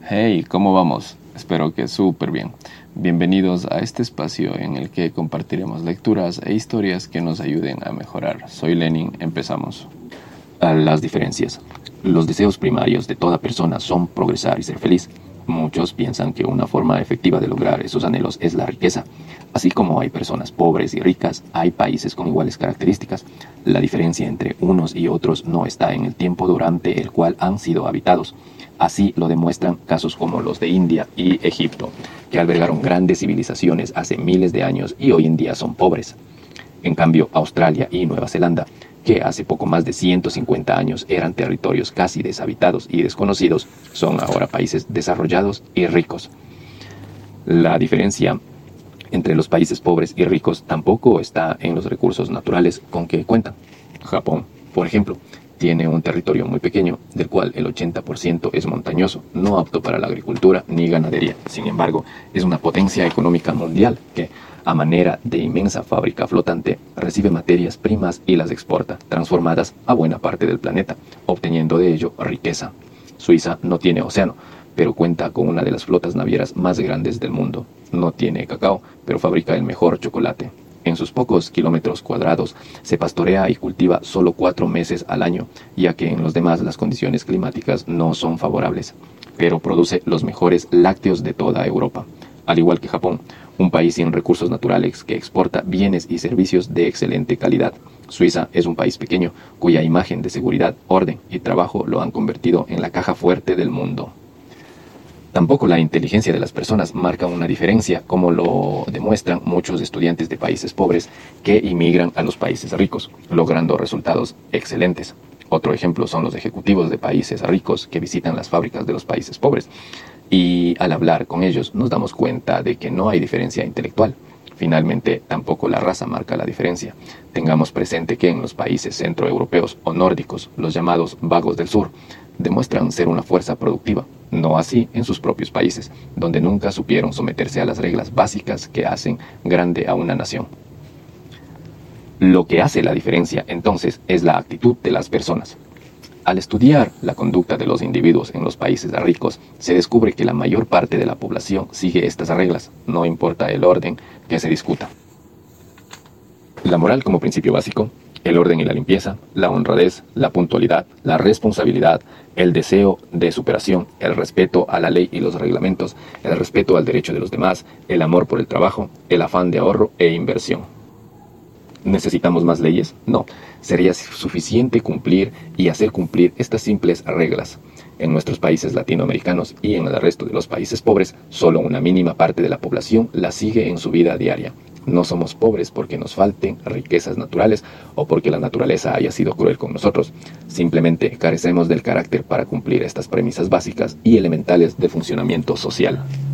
Hey, ¿cómo vamos? Espero que súper bien. Bienvenidos a este espacio en el que compartiremos lecturas e historias que nos ayuden a mejorar. Soy Lenin, empezamos. A las diferencias. Los deseos primarios de toda persona son progresar y ser feliz. Muchos piensan que una forma efectiva de lograr esos anhelos es la riqueza. Así como hay personas pobres y ricas, hay países con iguales características. La diferencia entre unos y otros no está en el tiempo durante el cual han sido habitados. Así lo demuestran casos como los de India y Egipto, que albergaron grandes civilizaciones hace miles de años y hoy en día son pobres. En cambio, Australia y Nueva Zelanda, que hace poco más de 150 años eran territorios casi deshabitados y desconocidos, son ahora países desarrollados y ricos. La diferencia entre los países pobres y ricos tampoco está en los recursos naturales con que cuentan. Japón, por ejemplo, tiene un territorio muy pequeño, del cual el 80% es montañoso, no apto para la agricultura ni ganadería. Sin embargo, es una potencia económica mundial que, a manera de inmensa fábrica flotante, recibe materias primas y las exporta, transformadas a buena parte del planeta, obteniendo de ello riqueza. Suiza no tiene océano, pero cuenta con una de las flotas navieras más grandes del mundo. No tiene cacao, pero fabrica el mejor chocolate. En sus pocos kilómetros cuadrados se pastorea y cultiva solo 4 meses al año, ya que en los demás las condiciones climáticas no son favorables, pero produce los mejores lácteos de toda Europa. Al igual que Japón, un país sin recursos naturales que exporta bienes y servicios de excelente calidad. Suiza es un país pequeño cuya imagen de seguridad, orden y trabajo lo han convertido en la caja fuerte del mundo. Tampoco la inteligencia de las personas marca una diferencia, como lo demuestran muchos estudiantes de países pobres que inmigran a los países ricos, logrando resultados excelentes. Otro ejemplo son los ejecutivos de países ricos que visitan las fábricas de los países pobres. Y al hablar con ellos nos damos cuenta de que no hay diferencia intelectual. Finalmente, tampoco la raza marca la diferencia. Tengamos presente que en los países centroeuropeos o nórdicos, los llamados vagos del sur, demuestran ser una fuerza productiva, no así en sus propios países, donde nunca supieron someterse a las reglas básicas que hacen grande a una nación. Lo que hace la diferencia, entonces, es la actitud de las personas. Al estudiar la conducta de los individuos en los países ricos, se descubre que la mayor parte de la población sigue estas reglas, no importa el orden que se discuta. La moral como principio básico, el orden y la limpieza, la honradez, la puntualidad, la responsabilidad, el deseo de superación, el respeto a la ley y los reglamentos, el respeto al derecho de los demás, el amor por el trabajo, el afán de ahorro e inversión. ¿Necesitamos más leyes? No. Sería suficiente cumplir y hacer cumplir estas simples reglas. En nuestros países latinoamericanos y en el resto de los países pobres, solo una mínima parte de la población las sigue en su vida diaria. No somos pobres porque nos falten riquezas naturales o porque la naturaleza haya sido cruel con nosotros. Simplemente carecemos del carácter para cumplir estas premisas básicas y elementales de funcionamiento social.